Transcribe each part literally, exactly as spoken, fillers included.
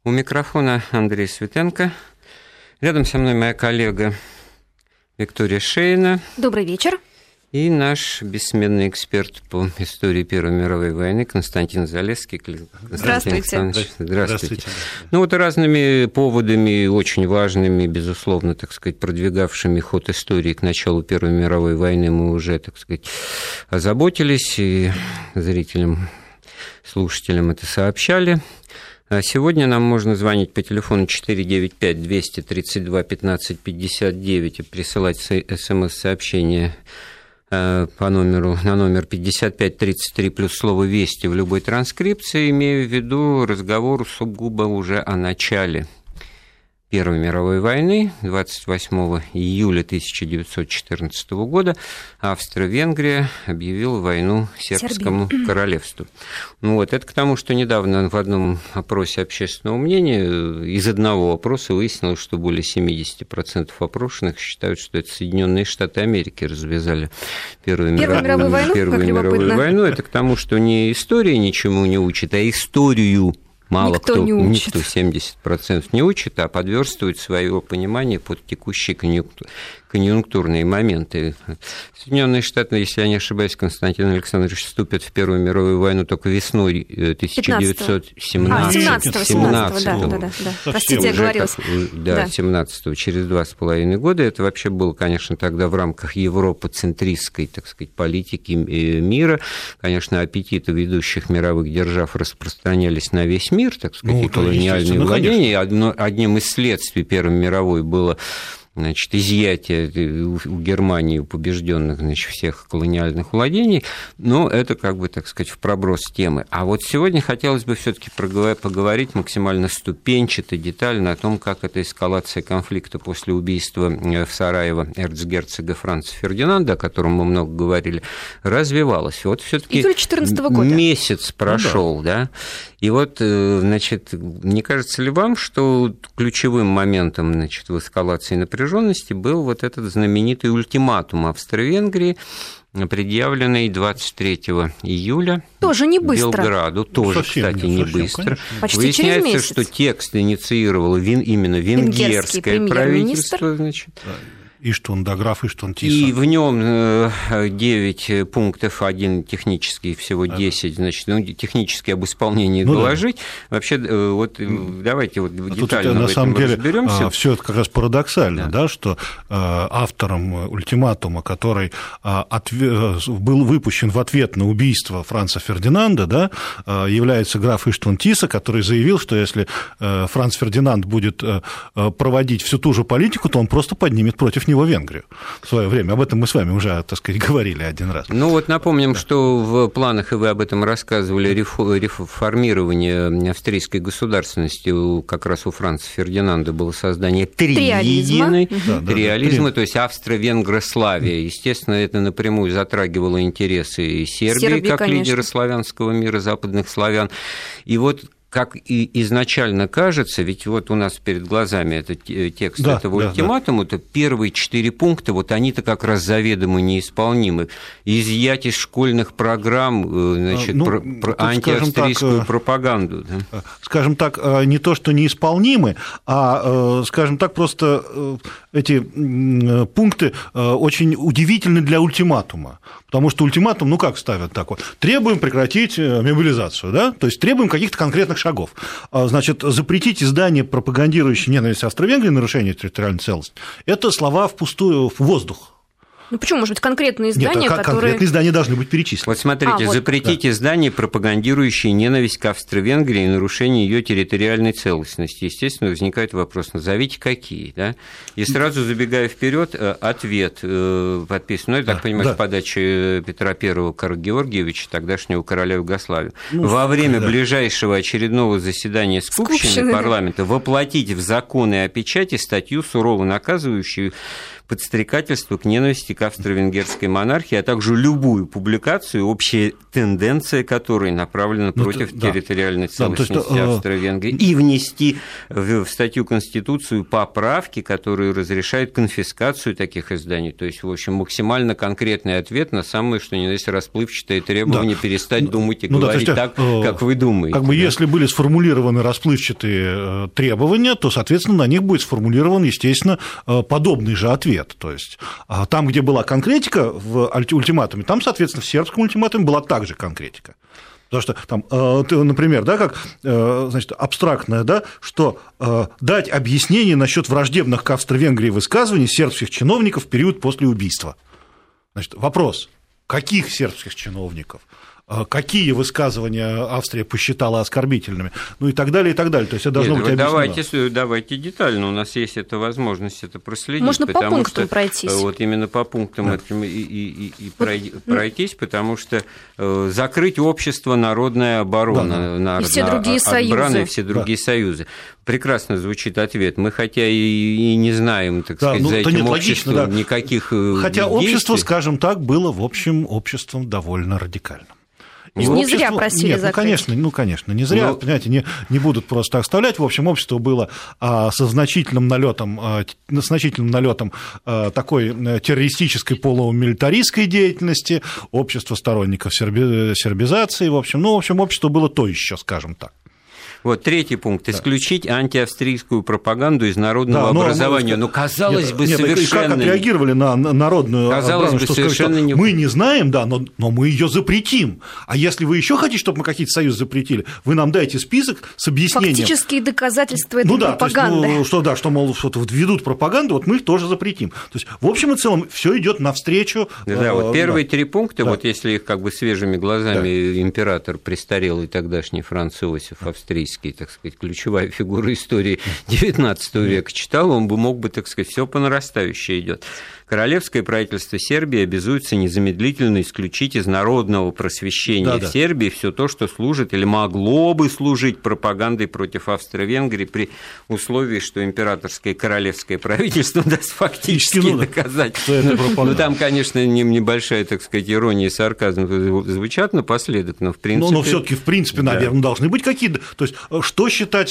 У микрофона Андрей Светенко. Рядом со мной моя коллега Виктория Шейна. Добрый вечер. И наш бессменный эксперт по истории Первой мировой войны Константин Залесский. Константин Здравствуйте. Здравствуйте. Здравствуйте. Ну вот разными поводами, очень важными, безусловно, так сказать, продвигавшими ход истории к началу Первой мировой войны мы уже, так сказать, озаботились, и зрителям, слушателям это сообщали. А сегодня нам можно звонить по телефону четыре девять пять двести тридцать два пятнадцать пятьдесят девять и присылать смс-сообщение по номеру, на номер пятьдесят пять тридцать три плюс слово «Вести» в любой транскрипции, имею в виду разговор сугубо уже о начале Первой мировой войны. двадцать восьмого июля тысяча девятьсот четырнадцатого года Австро-Венгрия объявила войну Сербскому Сербия. королевству. Ну вот, это к тому, что недавно в одном опросе общественного мнения из одного опроса выяснилось, что более семьдесят процентов опрошенных считают, что это Соединенные Штаты Америки развязали Первую, Первую мировую, мировую войну. Первую мировую войну. Это к тому, что не история ничему не учит, а историю мало никто кто, не учит. никто, семьдесят процентов не учит, а подверстывает свое понимание под текущие конъюнктурные моменты. Соединенные Штаты, если я не ошибаюсь, Константин Александрович, вступят в Первую мировую войну только весной тысяча девятьсот семнадцатого. А, семнадцатого, да, да, да, да. Простите, я оговорилась. Да, да, семнадцатого, через два с половиной года. Это вообще было, конечно, тогда в рамках европоцентристской, так сказать, политики мира. Конечно, аппетиты ведущих мировых держав распространялись на весь мир. Мир, так сказать, ну, и колониальные владения. Одно, одним из следствий Первой мировой было, значит, изъятие у Германии, у побежденных, значит, всех колониальных владений, но это, как бы, так сказать, в проброс темы. А вот сегодня хотелось бы все-таки поговорить максимально ступенчато, детально о том, как эта эскалация конфликта после убийства в Сараево эрцгерцога Франца Фердинанда, о котором мы много говорили, развивалась. Вот все-таки месяц прошел, ну, да. да, и вот, значит, не кажется ли вам, что ключевым моментом, значит, в эскалации напряженности был вот этот знаменитый ультиматум Австро-Венгрии, предъявленный двадцать третьего июля тоже не быстро. Белграду, тоже, совсем кстати, не не совсем, быстро. конечно. Почти Выясняется, через месяц. что текст инициировало именно венгерское правительство, значит. Иштван Даграф, Иштван Тиса. И в нем девять пунктов, один технический, всего десять, значит, ну, технически об исполнении ну, доложить. Да. Вообще, вот давайте вот а детально тут, в на самом этом деле, разберемся. Все это как раз парадоксально, да. Да, что автором ультиматума, который был выпущен в ответ на убийство Франца Фердинанда, да, является граф Иштван Тиса, который заявил, что если Франц Фердинанд будет проводить всю ту же политику, то он просто поднимет против него Венгрию в свое время. Об этом мы с вами уже, так сказать, говорили один раз. Ну вот напомним, да. что в планах, и вы об этом рассказывали, реформирование австрийской государственности как раз у Франца Фердинанда было создание триединой, да, триализма, да, да, то есть австро-венгрославия. Естественно, это напрямую затрагивало интересы Сербии, Сербии как конечно. лидера славянского мира, западных славян. И вот как и изначально кажется, ведь вот у нас перед глазами этот текст да, этого да, ультиматума, да. то первые четыре пункта, вот они-то как раз заведомо неисполнимы. Изъять из школьных программ, значит, ну, про, про антиавстрийскую так, пропаганду. Да? Скажем так, не то, что неисполнимы, а, скажем так, просто эти пункты очень удивительны для ультиматума. Потому что ультиматум, ну как ставят такой? Требуем прекратить мобилизацию, да? То есть требуем каких-то конкретных шагов. Значит, запретить издание, пропагандирующее ненависть Австро-Венгрии, нарушение территориальной целостности, это слова впустую в воздух. Ну почему, может быть, конкретные издания, Нет, которые... конкретные издания должны быть перечислены. Вот смотрите, а, вот. запретить да. издания, пропагандирующие ненависть к Австро-Венгрии и нарушение ее территориальной целостности. Естественно, возникает вопрос, назовите какие, да? И сразу забегая вперед, ответ подписан, ну, я так да, понимаю, да. с подачи Петра Первого Карла Георгиевича, тогдашнего короля Югославии. Ну, Во время да. ближайшего очередного заседания Скупщины, Скупщины парламента да. воплотить в законы о печати статью, сурово наказывающую подстрекательство к ненависти к австро-венгерской монархии, а также любую публикацию, общая тенденция которой направлена ну, против ты, территориальной да. целостности да, есть, Австро-Венгрии, э... и внести в, в статью Конституцию поправки, которые разрешают конфискацию таких изданий. То есть, в общем, максимально конкретный ответ на самое, что ни на есть, расплывчатое требование да. перестать ну, думать и ну, говорить да, так, э... как вы думаете. Как бы да? Если были сформулированы расплывчатые требования, то, соответственно, на них будет сформулирован, естественно, подобный же ответ. То есть там, где была конкретика в ультиматуме, там, соответственно, в сербском ультиматуме была также конкретика. Потому что там, например, да, как значит, абстрактное, да, что дать объяснение насчет враждебных к Австро-Венгрии высказываний сербских чиновников в период после убийства. Значит, вопрос, каких сербских чиновников? Какие высказывания Австрия посчитала оскорбительными, ну и так далее, и так далее. То есть это должно Нет, быть объяснено. Давайте, давайте детально, у нас есть эта возможность это проследить. Можно по пунктам что, пройтись. Вот именно по пунктам да. и, и, и вот. пройтись, потому что закрыть общество народная оборона, да. на, и все другие союзы. И все другие да. союзы. Прекрасно звучит ответ. Мы хотя и не знаем, так да, сказать, ну, за этим нет, обществом логично, да. никаких Хотя действий. Общество, скажем так, было, в общем, обществом довольно радикальным. И не общество... зря просили Нет, закрыть. Ну, конечно, ну, конечно, не зря, Но... понимаете, не, не будут просто так вставлять. В общем, общество было а, со значительным налетом, а, с значительным налетом а, такой террористической полумилитаристской деятельности, общество сторонников серби... сербизации, в общем, ну, в общем, общество было то еще, скажем так. Вот третий пункт. Исключить да. антиавстрийскую пропаганду из народного да, образования. Но, ну, казалось нет, бы, нет, совершенно... Как отреагировали на народную казалось образование, бы, что совершенно сказать, не... мы не знаем, да, но, но мы ее запретим. А если вы еще хотите, чтобы мы какие-то союзы запретили, вы нам дайте список с объяснением. Фактические доказательства этой ну, да, пропаганды. То есть, ну, что, да, что, мол, что-то ведут пропаганду, вот мы их тоже запретим. То есть, в общем и целом, все идет навстречу. Да, да, вот первые да. три пункта, да. вот если их как бы свежими глазами да. император престарелый тогдашний Франц Иосиф австрийский, так сказать, ключевая фигура истории девятнадцатого века читал, он бы мог бы, так сказать, все по нарастающей идет. Королевское правительство Сербии обязуется незамедлительно исключить из народного просвещения да, в да. Сербии все то, что служит или могло бы служить пропагандой против Австро-Венгрии при условии, что императорское и королевское правительство даст фактически ну, доказать. Ну, там, конечно, небольшая, так сказать, ирония и сарказм звучат напоследок, но в принципе... Но, но все-таки, в принципе, да. наверное, должны быть какие-то... То есть, что считать,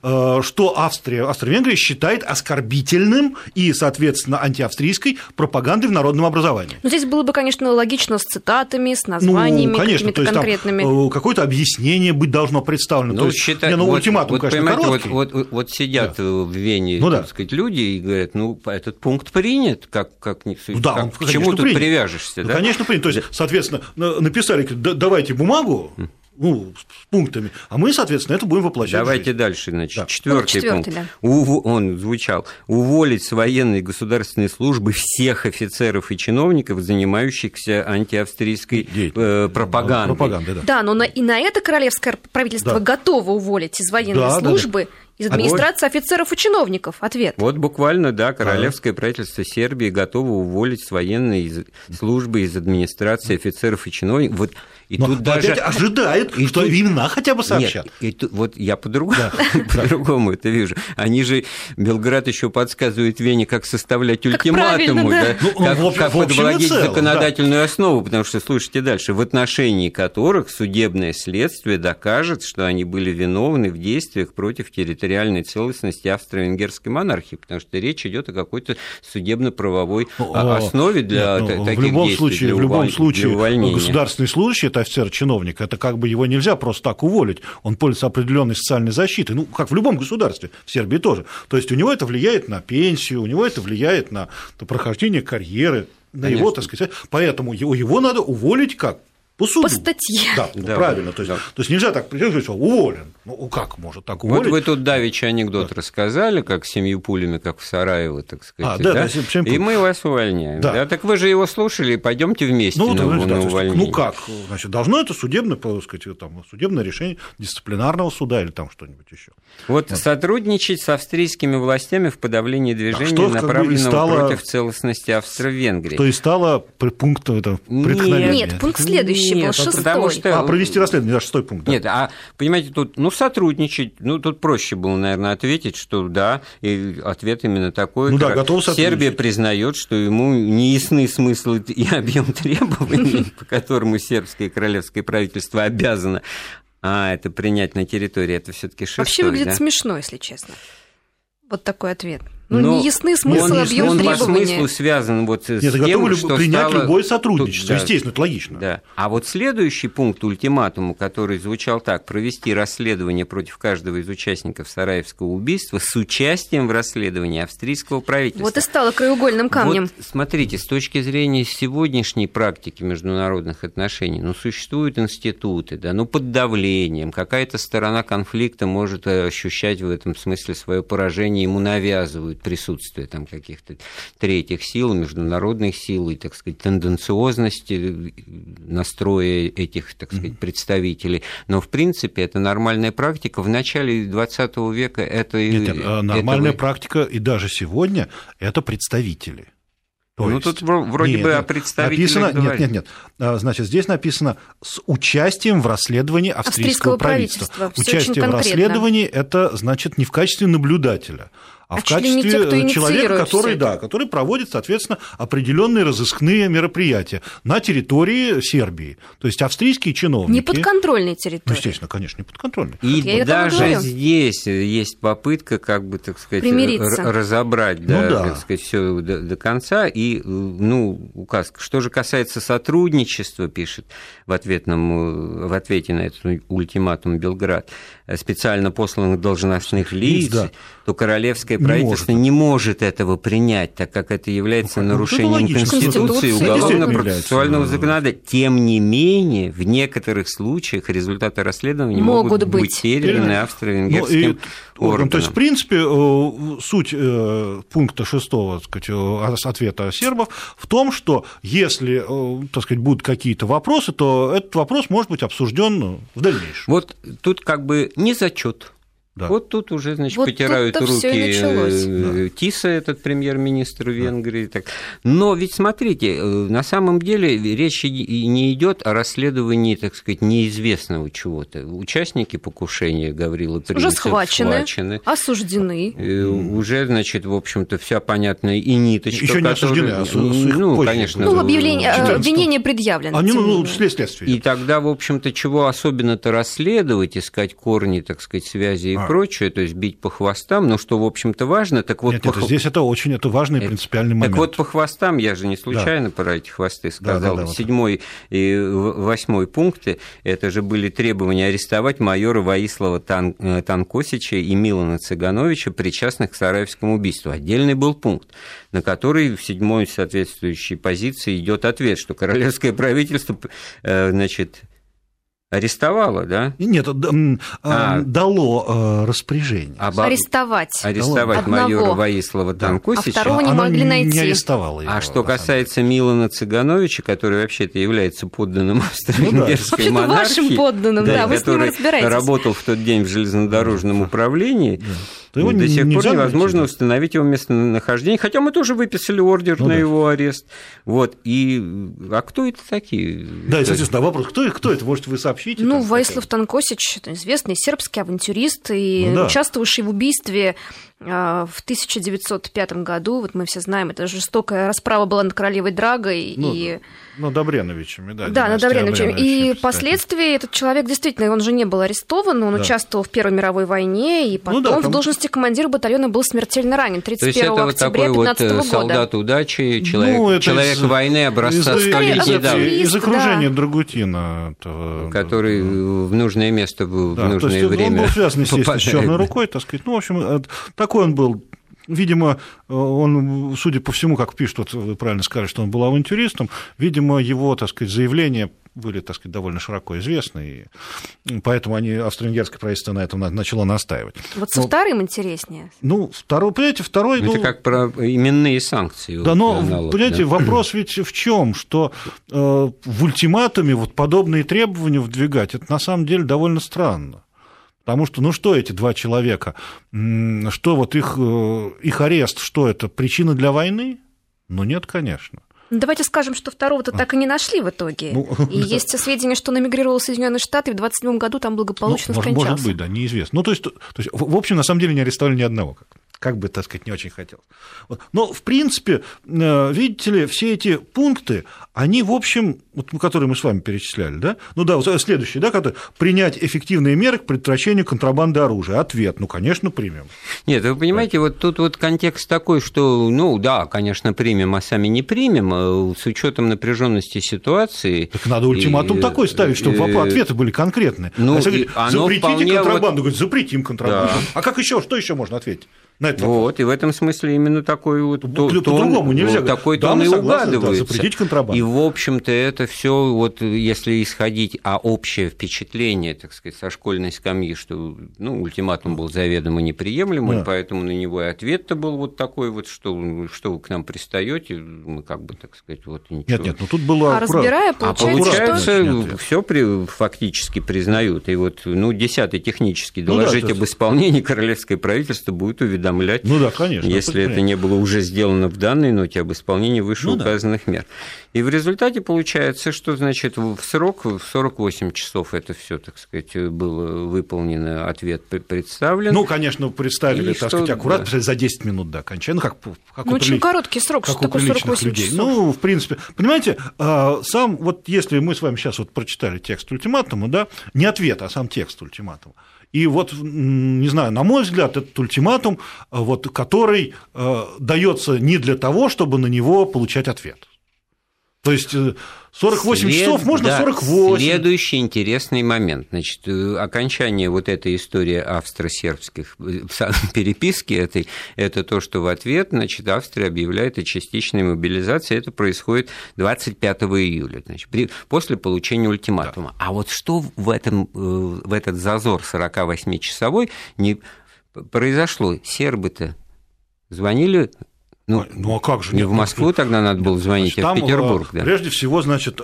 что Австрия, Австро-Венгрия считает оскорбительным и, соответственно, антиавстрийской пропаганды в народном образовании. Ну, здесь было бы, конечно, логично с цитатами, с названиями ну, конечно, какими-то то есть, конкретными. Там, какое-то объяснение быть должно представлено. Ну, то есть, считай, не, ну, вот, ультиматум, вот, конечно, вот, короткий. Вот, вот, вот сидят да. в Вене, ну, так да. сказать, люди и говорят, ну, этот пункт принят, как, как, ну, да, как он, к чему тут принят. привяжешься? Ну, да? Конечно, принят. То есть, соответственно, написали, давайте бумагу, ну, с пунктами, а мы, соответственно, это будем воплощать. Давайте дальше, значит, да. четвертый вот пункт. Да. Ув... Он звучал: уволить с военной и государственной службы всех офицеров и чиновников, занимающихся антиавстрийской э, пропагандой. пропагандой да. да, но на... и на это королевское правительство да. готово уволить из военной да, службы. Да, да. Из администрации вот, офицеров и чиновников. Ответ. Вот буквально, да, королевское да. правительство Сербии готово уволить с военной из... службы, из администрации офицеров и чиновников. Вот, и но тут даже ожидают, и что тут... имена хотя бы сообщат. Нет, и тут... вот я по-другому, да. по-другому это вижу. Они же, Белград еще подсказывает Вене, как составлять ультиматумы, да? Да? Ну, как, в, как в подводить целом, законодательную да. основу, потому что, слушайте дальше, в отношении которых судебное следствие докажет, что они были виновны в действиях против территориальной целостности австро-венгерской монархии, потому что речь идет о какой-то судебно-правовой о, основе для нет, ну, таких в любом действий, случае, для в любом уволь... случае государственный служащий, это офицер-чиновник, это как бы его нельзя просто так уволить, он пользуется определенной социальной защитой, ну, как в любом государстве, в Сербии тоже. То есть у него это влияет на пенсию, у него это влияет на прохождение карьеры, на Конечно. его, так сказать, поэтому его, его надо уволить как? По суду. По статье. Да, да правильно. Да, то, есть, да. то есть нельзя так прийти, что уволен. Ну, как может так уволить? Вот вы тут давеча анекдот да. рассказали, как семью пулями, как в Сараево, так сказать. А, да, да? Да, и мы вас увольняем. Да. Да? Так вы же его слушали, пойдемте вместе ну, на, да, на да, увольнение. Ну как? Значит, должно это судебное, так сказать, там, судебное решение дисциплинарного суда или там что-нибудь еще. Вот, вот сотрудничать с австрийскими властями в подавлении движения, да, направленного стало... против целостности Австро-Венгрии. То есть стало пунктом это, преткновения. Нет, пункт следующий. следующий нет, был, шестой. Потому что... А, провести расследование, да, шестой пункт. Да. Нет, а, понимаете, тут, ну, сотрудничать, ну, тут проще было, наверное, ответить, что да, и ответ именно такой. Ну да, готов сотрудничать. Сербия признает, что ему не ясны смысл и объем требований, по которому сербское и королевское правительство обязано а, это принять на территории, это все-таки шестой. Вообще выглядит да? смешно, если честно. Вот такой ответ. Ну, но не ясны смысл, он, объем он требований. по смыслу связан вот с Нет, тем, готовы что принять стало... любое сотрудничество, Тут, да, естественно, это логично. Да. А вот следующий пункт ультиматума, который звучал так: провести расследование против каждого из участников Сараевского убийства с участием в расследовании австрийского правительства. Вот и стало краеугольным камнем. Вот, смотрите, с точки зрения сегодняшней практики международных отношений, ну, существуют институты, да, ну, под давлением, какая-то сторона конфликта может ощущать в этом смысле свое поражение, ему навязывают присутствие там каких-то третьих сил, международных сил и, так сказать, тенденциозности настроя этих, так сказать, представителей. Но, в принципе, это нормальная практика. В начале двадцатого века это... Нет, нет, нормальная этого... практика, и даже сегодня, это представители. То ну, есть... тут вроде нет, бы о представителях написано... Нет, нет, нет. Значит, здесь написано «с участием в расследовании австрийского, австрийского правительства». правительства. Участие в расследовании – это, значит, не в качестве наблюдателя, а, а в качестве те, человека, который, да, который проводит, соответственно, определенные разыскные мероприятия на территории Сербии. То есть австрийские чиновники... Не подконтрольной территории. Ну, естественно, конечно, не подконтрольной. И вот даже здесь есть попытка, как бы, так сказать, разобрать, да, ну, да. так сказать, все до, до конца. И, ну, указ, что же касается сотрудничества, пишет в, ответном, в ответе на этот ультиматум Белград, специально посланных должностных лиц, да. то королевское правительство не может. не может этого принять, так как это является ну, нарушением это Конституции и уголовно-процессуального законодательства. Тем не менее, в некоторых случаях результаты расследования могут, могут быть переданы австро-венгерским ну, органам. То есть, в принципе, суть пункта шестого, так сказать, ответа сербов в том, что если, так сказать, будут какие-то вопросы, то этот вопрос может быть обсужден в дальнейшем. Вот тут как бы не зачет. Да. Вот тут уже, значит, вот потирают руки Тиса, этот премьер-министр Венгрии. Да. Так. Но ведь смотрите, на самом деле речь не идет о расследовании, так сказать, неизвестного чего-то. Участники покушения Гаврила Принцев уже схвачены, схвачены, осуждены. Уже, значит, в общем-то, вся понятная и ниточка. Еще не осуждены, а ну, позже. Конечно. Ну, объявление, обвинение предъявлено. Они, ну, следствие. И тогда, в общем-то, чего особенно-то расследовать, искать корни, так сказать, связи и прочее, то есть бить по хвостам, но что, в общем-то, важно, так вот... Нет, по... это, здесь это очень это важный и принципиальный момент. Так вот, по хвостам, я же не случайно да. про эти хвосты сказал, да, да, да, седьмой вот и восьмой пункты, это же были требования арестовать майора Ваислава Тан... Танкосича и Милана Цыгановича, причастных к Сараевскому убийству. Отдельный был пункт, на который в седьмой соответствующей позиции идет ответ, что королевское правительство, значит... арестовало, да? Нет, а, дало распоряжение. Об... Арестовать. Арестовать Одного. майора Ваислава Танкосича. А второго не могли найти. Не арестовала его. А что касается Милана Цыгановича, который вообще-то является подданным австро-венгерской ну, да. монархии, вашим подданным, да, да, вы с ним разбираетесь. Работал в тот день в железнодорожном да. управлении, да. То его до сих пор невозможно найти, установить его местонахождение, хотя мы тоже выписали ордер ну, на да. его арест. Вот. И... А кто это такие? Да, и, соответственно, вопрос, кто, кто это, может, вы сообщите? Ну, Ваислав Танкосич, известный сербский авантюрист, и ну, да. участвовавший в убийстве в тысяча девятьсот пятом году, вот мы все знаем, это жестокая расправа была над королевой Драгой. Ну, и... над Добреновичами, да. Да, над Добреновичами. И впоследствии этот человек действительно, он же не был арестован, он да. участвовал в Первой мировой войне, и потом ну, да, там... в должности командира батальона был смертельно ранен тридцать первого октября две тысячи пятнадцатого вот года. Солдат удачи, человек, ну, человек из... войны образца столетней давности. Из окружения да. Драгутина. Который в нужное место в да, нужное то есть время он был связан, естественно, с черной рукой, так сказать. Ну, в общем, такой он был. Видимо, он, судя по всему, как пишут, вот вы правильно сказали, что он был авантюристом, видимо, его, так сказать, заявления были, так сказать, довольно широко известны, и поэтому они, австро-венгерское правительство на этом начало настаивать. Вот со но, вторым интереснее. Ну, второй, понимаете, второй... Это ну, как про именные санкции. Да, но, налог, понимаете, да? Вопрос ведь в чем, что э, в ультиматуме вот подобные требования вдвигать, это на самом деле довольно странно. Потому что, ну что эти два человека, что вот их, их арест, что это, причина для войны? Ну нет, конечно. Давайте скажем, что второго-то а. так и не нашли в итоге. Ну, и да. есть сведения, что он эмигрировал в Соединенные Штаты, и в двадцать седьмом году там благополучно ну, скончался. Может быть, да, неизвестно. Ну, то есть, то есть, в общем, на самом деле не арестовали ни одного, как, как бы, так сказать, не очень хотелось. Вот. Но, в принципе, видите ли, все эти пункты, они, в общем, вот, которые мы с вами перечисляли, да, ну да, следующий, да, который принять эффективные меры к предотвращению контрабанды оружия. Ответ, ну, конечно, примем. Нет, вы понимаете, вот тут вот контекст такой, что, ну, да, конечно, примем, а сами не примем, с учетом напряженности ситуации. Так надо ультиматум и, такой ставить, чтобы и, ответы были конкретные. Ну, а если говорить, запретите контрабанду, вот... говорит, запретим контрабанду. Да. А как еще, что еще можно ответить? Вот, и в этом смысле именно такой вот по-другому нельзя. Вот, такой да, тон и согласны, угадывается. Да, запретить контрабанду. И, в общем-то, это все вот если исходить, а общее впечатление, так сказать, со школьной скамьи, что ну, ультиматум был заведомо неприемлемым, да. поэтому на него и ответ-то был вот такой вот, что, что вы к нам пристаете, мы как бы, так сказать, вот ничего. Нет, нет, ну тут было... А разбирая, получается, а получается что... все при, фактически признают. И вот, ну, десятый технический доложить ну, да, об есть... исполнении королевское правительство будет уведомлять. Ну да, конечно. Если это не было уже сделано в данной ноте об исполнении вышеуказанных ну, да. мер. И в результате получается, что, значит, в срок, в сорок восемь часов это все, так сказать, было выполнено, ответ представлен. Ну, конечно, представили, и так что, сказать, аккуратно, да. за десять минут до окончания. Ну, как, как ну, очень прилич... короткий срок, что такое сорок восемь людей. часов? Ну, в принципе, понимаете, сам, вот если мы с вами сейчас вот прочитали текст ультиматума, да, не ответ, а сам текст ультиматума. И вот, не знаю, на мой взгляд, этот ультиматум, вот, который э, дается не для того, чтобы на него получать ответ. То есть сорок восемь След... часов можно да, сорок восемь. Следующий интересный момент. Значит, окончание вот этой истории австро-сербских переписки этой, это то, что в ответ, значит, Австрия объявляет о частичной мобилизации. Это происходит двадцать пятого июля, значит, при... после получения ультиматума. Да. А вот что в, этом, в этот зазор сорокавосьмичасовой не произошло? Сербы-то звонили... Ну, ну, а как же? Не нет, в Москву нет, тогда надо было звонить, значит, а в там, Петербург. Да. Прежде всего, значит,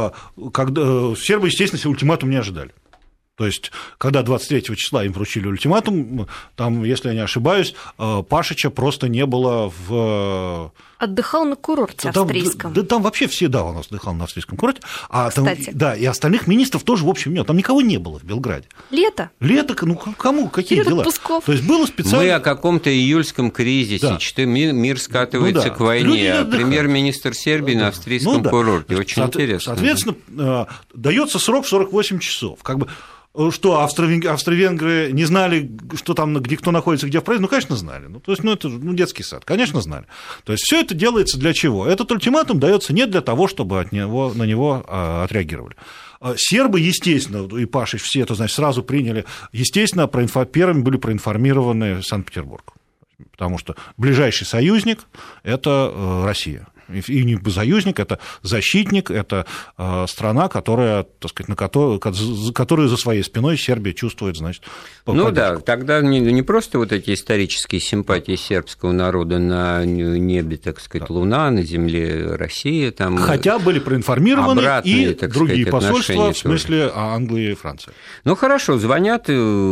когда сербы, естественно, ультиматум не ожидали. То есть, когда двадцать третьего числа им вручили ультиматум, там, если я не ошибаюсь, Пашича просто не было в... Отдыхал на курорте там, австрийском. Да, да, там вообще все, да, он отдыхал на австрийском курорте. А там, да, и остальных министров тоже, в общем, нет. Там никого не было в Белграде. Лето. Лето, ну кому, какие Перед дела? Отпусков. То есть было специально... Мы о каком-то июльском кризисе, да. мир, мир скатывается ну, да. к войне, а премьер-министр Сербии да. на австрийском ну, да. курорте. Очень Со- интересно. Соответственно, да. дается срок сорок восемь часов. Как бы... Что, австро-венгры не знали, что там, где кто находится, где в правительстве? Ну, конечно, знали. Ну, то есть, ну, это ну, детский сад, конечно, знали. То есть, все это делается для чего? Этот ультиматум дается не для того, чтобы от него, на него а, отреагировали. Сербы, естественно, и Пашич все это, значит, сразу приняли, естественно, проинфо... первыми были проинформированы Санкт-Петербург. Потому что ближайший союзник – это Россия. И не союзник, это защитник, это страна, которая, так сказать, на которую, которую за своей спиной Сербия чувствует, значит, ну да, тогда не, не просто вот эти исторические симпатии сербского народа на небе, так сказать, да. Луна, на земле Россия. Там хотя были проинформированы обратные, и другие сказать, посольства, в смысле Англии и Франции. Ну хорошо, звонят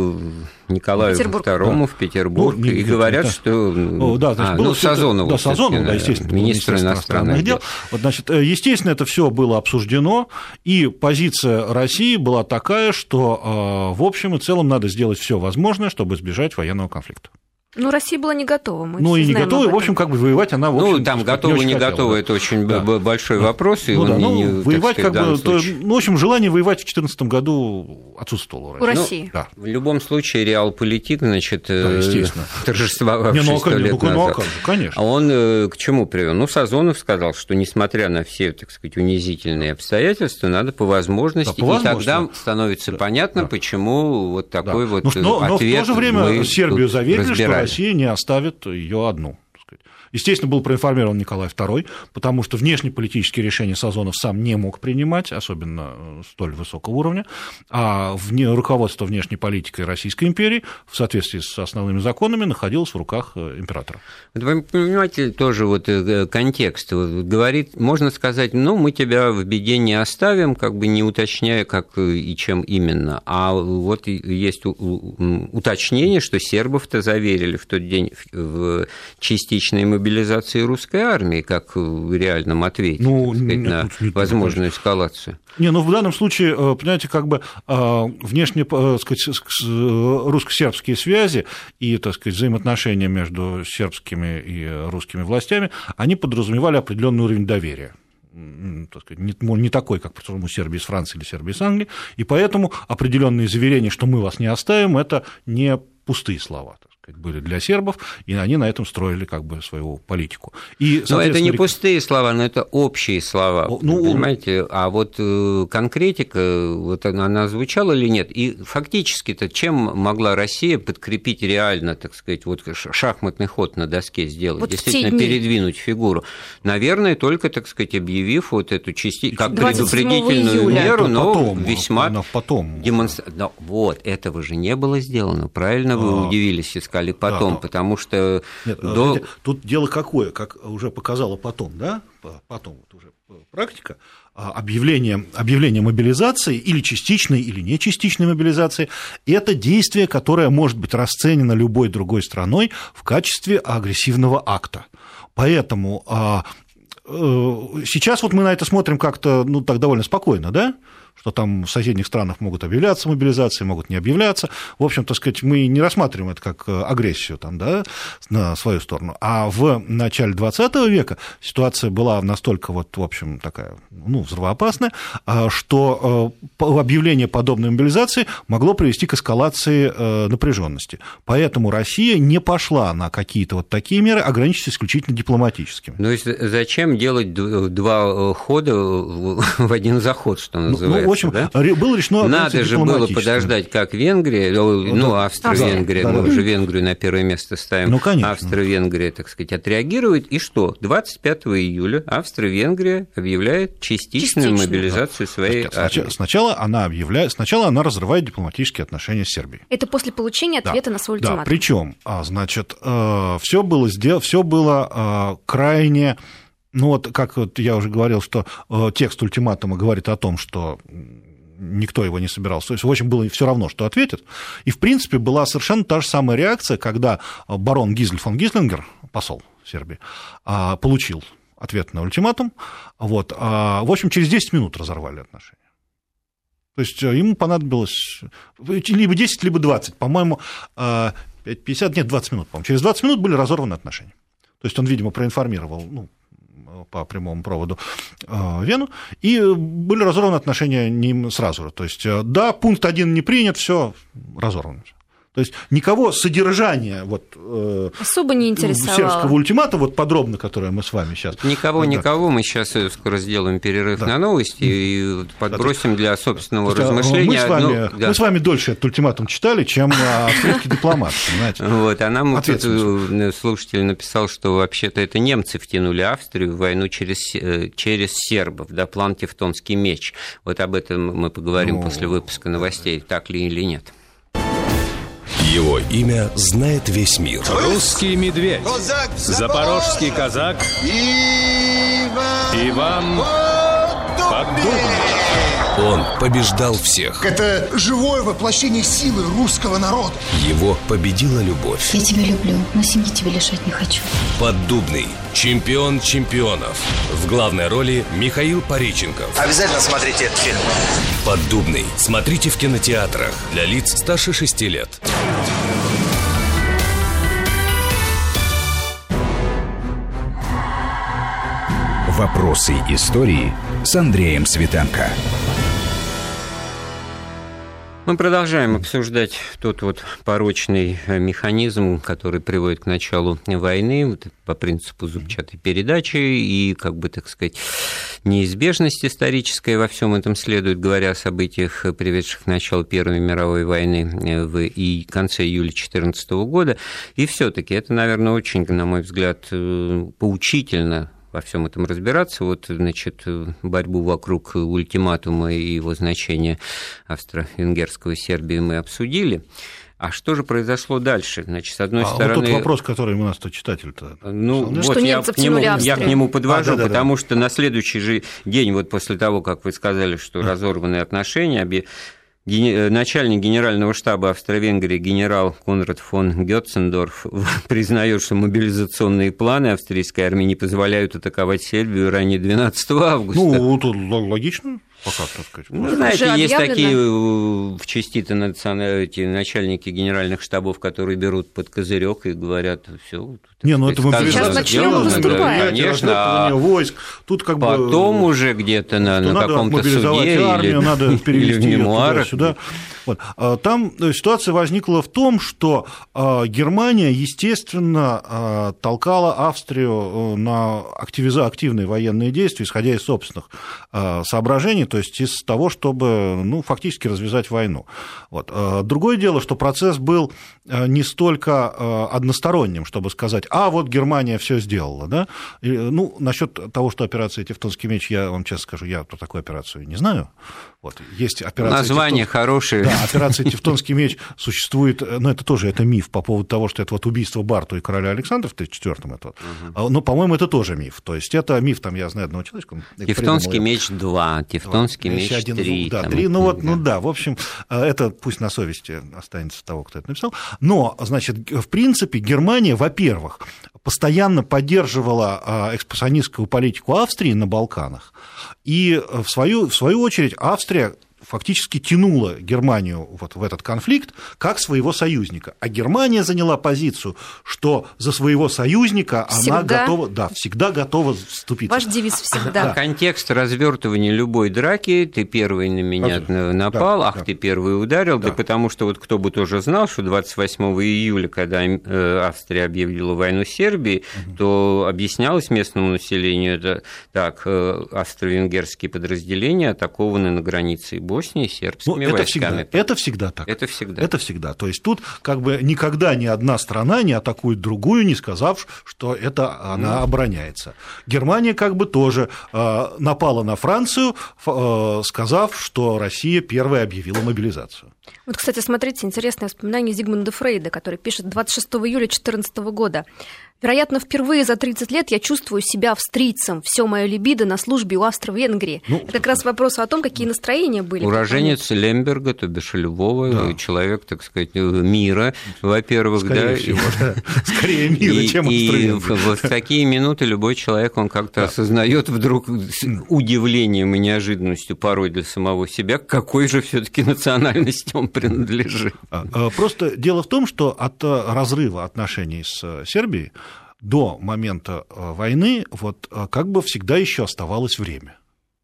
Николаю второму да. в Петербург ну, и говорят, да. что... О, да, значит, а, было ну, Сазонову, да, Сазонову, да, естественно, министр иностранных дел. дел. Вот, значит, естественно, это все было обсуждено, и позиция России была такая, что, в общем и целом, надо сделать все возможное, чтобы избежать военного конфликта. Ну, Россия была не готова. Мы ну, и не готова, и, в общем, как бы воевать она, в общем, ну, там готова, не, не готова, да. это очень да. большой да. вопрос. И ну, он да, не, ну, не, воевать, сказать, как бы, то, ну, в общем, желание воевать в две тысячи четырнадцатом году отсутствовало. У России. Ну, да. В любом случае, реалполитик, значит, да, торжествовавший не, ну, сто лет ну, назад. Ну, конечно. А он к чему привел? Ну, Сазонов сказал, что, несмотря на все, так сказать, унизительные обстоятельства, надо по возможности, да, по возможности. И тогда становится да. понятно, да. почему вот такой да. вот но, но, ответ. Но в то же время Сербию заверили, разбирали. Что Россия не оставит ее одну. Естественно, был проинформирован Николай второй, потому что внешнеполитические решения Сазонов сам не мог принимать, особенно столь высокого уровня, а вне, руководство внешней политикой Российской империи в соответствии с основными законами находилось в руках императора. Вы понимаете, тоже вот контекст говорит, можно сказать, ну, мы тебя в беде не оставим, как бы не уточняя, как и чем именно, а вот есть уточнение, что сербов-то заверили в тот день в части частичной мобилизации русской армии, как в реальном ответе, ну, так сказать, на нет, возможную нет, эскалацию. Не, ну в данном случае, понимаете, как бы внешне, так сказать, русско-сербские связи и, так сказать, взаимоотношения между сербскими и русскими властями, они подразумевали определенный уровень доверия. Так сказать, не, не такой, как у Сербии с Францией или Сербии с Англией, и поэтому определенные заверения, что мы вас не оставим, это не пустые слова, так сказать, были для сербов, и они на этом строили как бы свою политику. И, но это не пустые слова, но это общие слова, ну, понимаете, а вот конкретика, вот она звучала или нет, и фактически-то чем могла Россия подкрепить реально, так сказать, вот шахматный ход на доске сделать, вот действительно передвинуть фигуру? Наверное, только, так сказать, объявив вот эту частичку, как предупредительную меру, но потом, весьма потом. демонстра... Но вот, этого же не было сделано, правильно вы а, удивились и сказали потом, да, потому что... Нет, до... тут дело какое, как уже показало потом, да, потом вот уже практика, объявление, объявление мобилизации или частичной, или не частичной мобилизации, это действие, которое может быть расценено любой другой страной в качестве агрессивного акта. Поэтому сейчас вот мы на это смотрим как-то, ну, так довольно спокойно, да? Что там в соседних странах могут объявляться мобилизации, могут не объявляться. В общем, так сказать, мы не рассматриваем это как агрессию там, да, на свою сторону. А в начале двадцатого века ситуация была настолько, вот, в общем, такая, ну, взрывоопасная, что объявление подобной мобилизации могло привести к эскалации напряженности. Поэтому Россия не пошла на какие-то вот такие меры, ограничившись исключительно дипломатическими. Ну, зачем делать два хода в один заход, что называется? Ну, в общем, да? было решено... Надо же было подождать, как Венгрия, ну, ну Австро-Венгрия, да, мы да, уже да. Венгрию на первое место ставим, ну, Австро-Венгрия, так сказать, отреагирует, и что? двадцать пятого июля Австро-Венгрия объявляет частичную Частично. мобилизацию своей да. армии. Сначала она объявляет, сначала она разрывает дипломатические отношения с Сербией. Это после получения ответа да. на свой ультиматум. Да, причем, значит, все было, все было крайне... Ну вот, как вот я уже говорил, что текст ультиматума говорит о том, что никто его не собирался. То есть, в общем, было все равно, что ответит. И, в принципе, была совершенно та же самая реакция, когда барон Гизель фон Гислингер, посол Сербии, получил ответ на ультиматум. Вот. В общем, через десять минут разорвали отношения. То есть, ему понадобилось либо десять, либо двадцать. По-моему, пятьдесят, нет, двадцать минут, по-моему. Через двадцать минут были разорваны отношения. То есть, он, видимо, проинформировал, ну, по прямому проводу Вену, и были разорваны отношения ним сразу же. То есть, да, пункт один не принят, все разорвано. То есть никого содержание вот, особо не интересовало. Сербского ультимата, вот подробно, которое мы с вами сейчас... Никого, да. никого, мы сейчас скоро сделаем перерыв да. на новости и подбросим для собственного да. размышления. Мы с, вами, одну... да. мы с вами дольше этот ультиматум читали, чем австрийский дипломат, понимаете? Вот, а нам тут слушатель написал, что вообще-то это немцы втянули Австрию в войну через, через сербов, да, план «Тевтонский меч». Вот об этом мы поговорим ну... после выпуска новостей, так ли или нет. Его имя знает весь мир. Русский медведь, запорожский казак, Иван Поддубный. Он побеждал всех. Это живое воплощение силы русского народа. Его победила любовь. Я тебя люблю, но семьи тебе лишать не хочу. Поддубный. Чемпион чемпионов. В главной роли Михаил Пореченков. Обязательно смотрите этот фильм. Поддубный. Смотрите в кинотеатрах. Для лиц старше шести лет. Вопросы истории с Андреем Светенко. Мы продолжаем обсуждать тот вот порочный механизм, который приводит к началу войны, вот по принципу зубчатой передачи, и, как бы, так сказать, неизбежность историческая во всем этом следует, говоря о событиях, приведших к началу Первой мировой войны в конце июля две тысячи четырнадцатого года. И все-таки это, наверное, очень, на мой взгляд, поучительно во всем этом разбираться. Вот, значит, борьбу вокруг ультиматума и его значения австро-венгерского Сербии мы обсудили. А что же произошло дальше? Значит, с одной а стороны... вот тот вопрос, который у нас-то читатель-то... Ну, вот что я к, нему, я к нему подвожу, а, да, да, потому да. что на следующий же день, вот после того, как вы сказали, что разорванные отношения, Начальник генерального штаба Австро-Венгрии генерал Конрад фон Гёцендорф признает, что мобилизационные планы австрийской армии не позволяют атаковать Сербию ранее двенадцатого августа. Ну, тут логично. Пока, так сказать. Ну, знаете, есть такие в части-то национальные начальники генеральных штабов, которые берут под козырек и говорят, все. Не, ну это мобилизация. Сейчас да, конечно, а войск. Тут как потом бы, уже где-то на, на каком-то суде армию, или, надо перевести или в мемуарах. Сюда. Вот. Там ситуация возникла в том, что Германия, естественно, толкала Австрию на активные военные действия, исходя из собственных соображений, то есть из того, чтобы, ну, фактически развязать войну. Вот. Другое дело, что процесс был не столько односторонним, чтобы сказать, а вот Германия все сделала. Да? И, ну, насчет того, что операция «Тевтонский меч», я вам честно скажу, я про такую операцию не знаю. Вот. Есть операция название Тевтон... хорошее. Да, операция «Тевтонский меч» существует, но это тоже это миф по поводу того, что это вот убийство Барту и короля Александра в тысяча девятьсот тридцать четвёртом. Это вот. Но, по-моему, это тоже миф. То есть это миф, там, я знаю одного человека. «Тевтонский меч два», «Тевтонский меч три». Да, три, ну вот, ну да, в общем, это пусть на совести останется того, кто это написал. Но, значит, в принципе, Германия, во-первых, постоянно поддерживала экспансионистскую политику Австрии на Балканах, и в свою, в свою очередь Австрия фактически тянула Германию вот в этот конфликт как своего союзника. А Германия заняла позицию, что за своего союзника всегда. Она готова, да, всегда готова вступиться. Ваш девиз всегда. Да. Контекст развертывания любой драки: ты первый на меня Разве? напал, да, ах, да. ты первый ударил, да. да потому что вот кто бы тоже знал, что двадцать восьмого июля, когда Австрия объявила войну Сербии, угу. то объяснялось местному населению, да, так, австро-венгерские подразделения атакованы на границе Боснии сербскими ну, это войсками. Всегда, это всегда так. Это всегда. Это всегда. То есть тут как бы никогда ни одна страна не атакует другую, не сказав, что это она ну. обороняется. Германия как бы тоже э, напала на Францию, э, сказав, что Россия первая объявила мобилизацию. Вот, кстати, смотрите, интересное воспоминание Зигмунда Фрейда, который пишет двадцать шестого июля две тысячи четырнадцатого года. Вероятно, впервые за тридцать лет я чувствую себя австрийцем. Все мое либидо на службе у Австро-Венгрии. Ну, это как раз вопрос о том, какие настроения были. Уроженец Лемберга, то бишь Львова, да. человек, так сказать, мира, во-первых, Скорее да. Всего, да. Скорее мира, и, чем Австро-Венгрия. И вот в такие минуты любой человек, он как-то да. осознает вдруг с удивлением и неожиданностью порой для самого себя, к какой же все-таки национальности он принадлежит. Просто дело в том, что от разрыва отношений с Сербией до момента войны вот как бы всегда еще оставалось время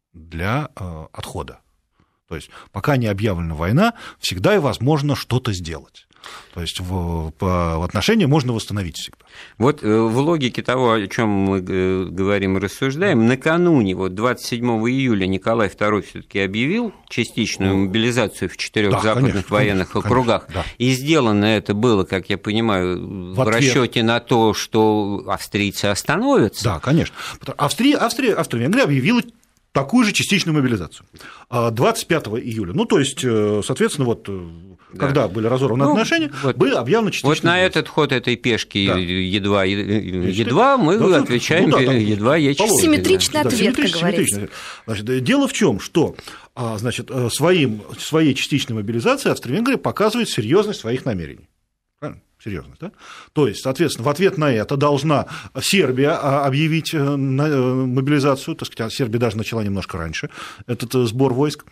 для отхода. То есть пока не объявлена война, всегда и возможно что-то сделать. То есть в, в отношении можно восстановить всегда. Вот в логике того, о чем мы говорим и рассуждаем, накануне, вот двадцать седьмого июля, Николай второй все-таки объявил частичную мобилизацию в четырех да, западных конечно, военных конечно, округах. Да. И сделано это было, как я понимаю, в, в расчете на то, что австрийцы остановятся. Да, конечно. Австрия, Австрия, Австро-Венгрия объявила такую же частичную мобилизацию. двадцать пятого июля, ну, то есть, соответственно, вот да. когда были разорваны ну, отношения, вот, было объявлено частичную Вот на этот ход этой пешки да. едва, едва мы да, отвечаем, ну, да, там, едва есть симметричный ответ, да, как говорится. Значит, дело в чем, что значит, своим, своей частичной мобилизацией Австро-Венгрия показывает серьезность своих намерений. Правильно? Серьезность, да? То есть, соответственно, в ответ на это должна Сербия объявить мобилизацию, так сказать, Сербия даже начала немножко раньше этот сбор войск,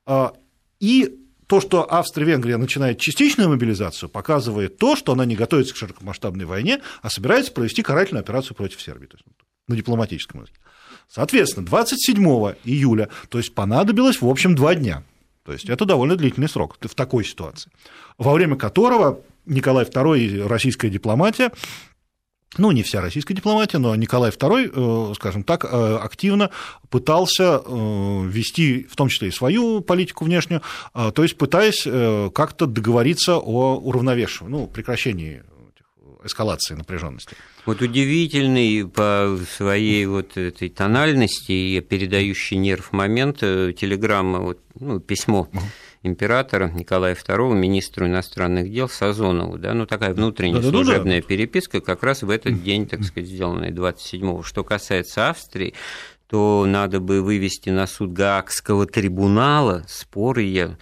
и то, что Австро-Венгрия начинает частичную мобилизацию, показывает то, что она не готовится к широкомасштабной войне, а собирается провести карательную операцию против Сербии, то есть на дипломатическом языке. Соответственно, двадцать седьмого июля, то есть понадобилось, в общем, два дня. То есть это довольно длительный срок в такой ситуации, во время которого Николай второй и российская дипломатия, ну, не вся российская дипломатия, но Николай второй, скажем так, активно пытался вести, в том числе и свою политику внешнюю, то есть пытаясь как-то договориться о уравновешивании, ну, прекращении эскалации напряженности. Вот удивительный по своей вот этой тональности и передающий нерв момент телеграмма, вот, ну, письмо императора Николая второго министру иностранных дел Сазонову, да, ну, такая внутренняя да, служебная да, да. переписка, как раз в этот день, так сказать, сделанная двадцать седьмого. Что касается Австрии, то надо бы вывести на суд Гаагского трибунала споры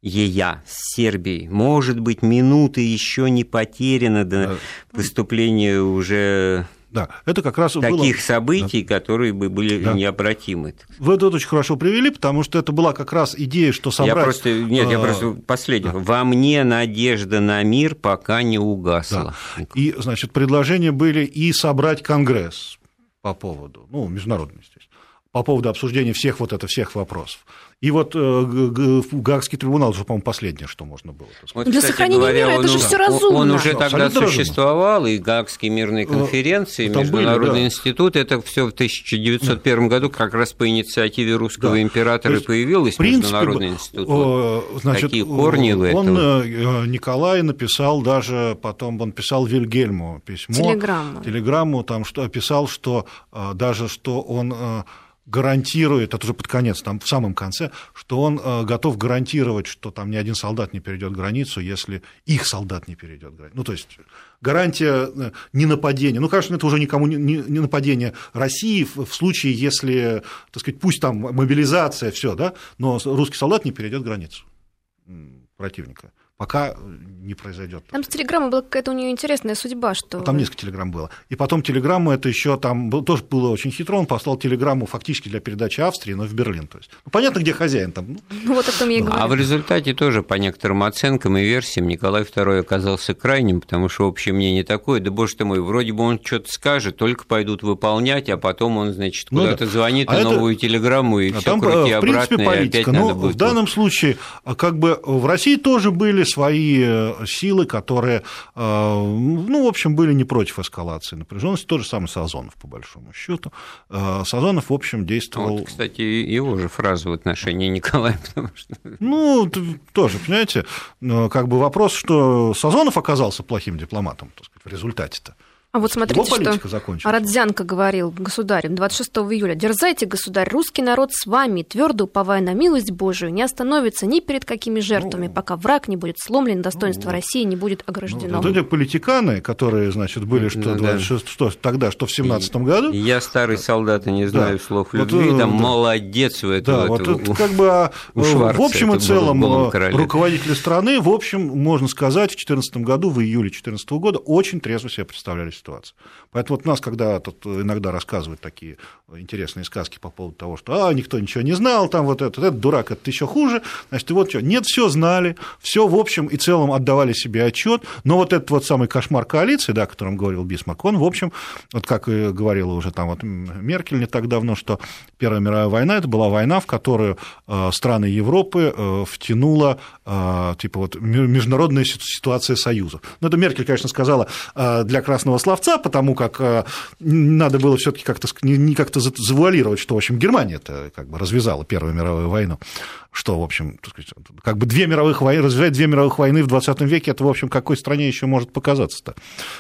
Ея с Сербией. Может быть, минуты еще не потеряны до да. поступления уже да, это как раз таких было... событий, да. которые бы были да. необратимы. Вы это очень хорошо привели, потому что это была как раз идея, что собрать... Я просто... Нет, я просто последний. Да. Во мне надежда на мир пока не угасла. Да. И, значит, предложения были и собрать Конгресс по поводу, ну, международный, естественно, по поводу обсуждения всех вот это, всех вопросов. И вот э, Гаагский трибунал уже, по-моему, последнее, что можно было. Вот, Для кстати, сохранения говоря, мира это же все разумно. Он уже да, тогда существовал, разумно. И Гаагские мирные конференции, Там Международный были, да. институт, это все в тысяча девятьсот первом да. году как раз по инициативе русского да. императора есть, появилось принципе, Международный институт. Вот, значит, такие корни в этом. Он, Николай, написал даже, потом он писал Вильгельму письмо. Телеграмму. Телеграмму, там что, писал, что даже что он... гарантирует, это уже под конец, там в самом конце, что он э, готов гарантировать, что там ни один солдат не перейдет границу, если их солдат не перейдет границу. Ну, то есть гарантия ненападения. Ну, конечно, это уже никому не, не нападение России в, в случае, если, так сказать, пусть там мобилизация, все, да, но русский солдат не перейдет границу противника. Пока не произойдет. Там с телеграммой была какая-то у нее интересная судьба, что... Там несколько телеграмм было. И потом телеграмму, это еще там тоже было очень хитро, он послал телеграмму фактически для передачи Австрии, но в Берлин. То есть, ну, понятно, где хозяин там. Ну, вот о том я и говорю. А в результате тоже, по некоторым оценкам и версиям, Николай второй оказался крайним, потому что общее мнение такое, да боже ты мой, вроде бы он что-то скажет, только пойдут выполнять, а потом он, значит, куда-то ну, да. звонит а на это... новую телеграмму, и а все крути обратно, и опять ну, надо будет... В данном случае, как бы в России тоже были свои силы, которые, ну, в общем, были не против эскалации напряженности. То же самое Сазонов, по большому счету. Сазонов, в общем, действовал... Вот, кстати, его же фраза в отношении Николая, потому что... Ну, тоже, понимаете, как бы вопрос, что Сазонов оказался плохим дипломатом, так сказать, в результате-то. А вот смотрите, что Родзянко говорил государю двадцать шестого июля. «Дерзайте, государь, русский народ с вами, твердо уповая на милость Божию, не остановится ни перед какими жертвами, ну, пока враг не будет сломлен, достоинство ну, России не будет ограждено». Ну, вот эти политиканы, которые, значит, были что, двадцать шесть, что тогда, что в семнадцатом году. Я старый солдат и не знаю да. слов любви, вот, там да. молодец в этом. Да, вот это, как бы, в общем и целом руководители страны, в общем, можно сказать, в две тысячи четырнадцатом году, в июле две тысячи четырнадцатого года очень трезво себе представляли ситуацию. Поэтому вот нас, когда тут иногда рассказывают такие интересные сказки по поводу того, что а, никто ничего не знал, там вот этот, этот дурак, это еще хуже, значит, и вот что, нет, все знали, все в общем и целом отдавали себе отчет, но вот этот вот самый кошмар коалиции, да, о котором говорил Бисмарк, он, в общем, вот как и говорила уже там вот Меркель не так давно, что Первая мировая война, это была война, в которую страны Европы втянула, типа вот, международная ситуация союзов. Ну, это Меркель, конечно, сказала для красного словца, потому как надо было все-таки как-то, не как-то завуалировать, что, в общем, Германия-то как бы развязала Первую мировую войну, что, в общем, как бы две мировых войны, развязать две мировых войны в двадцатом веке, это, в общем, какой стране еще может показаться-то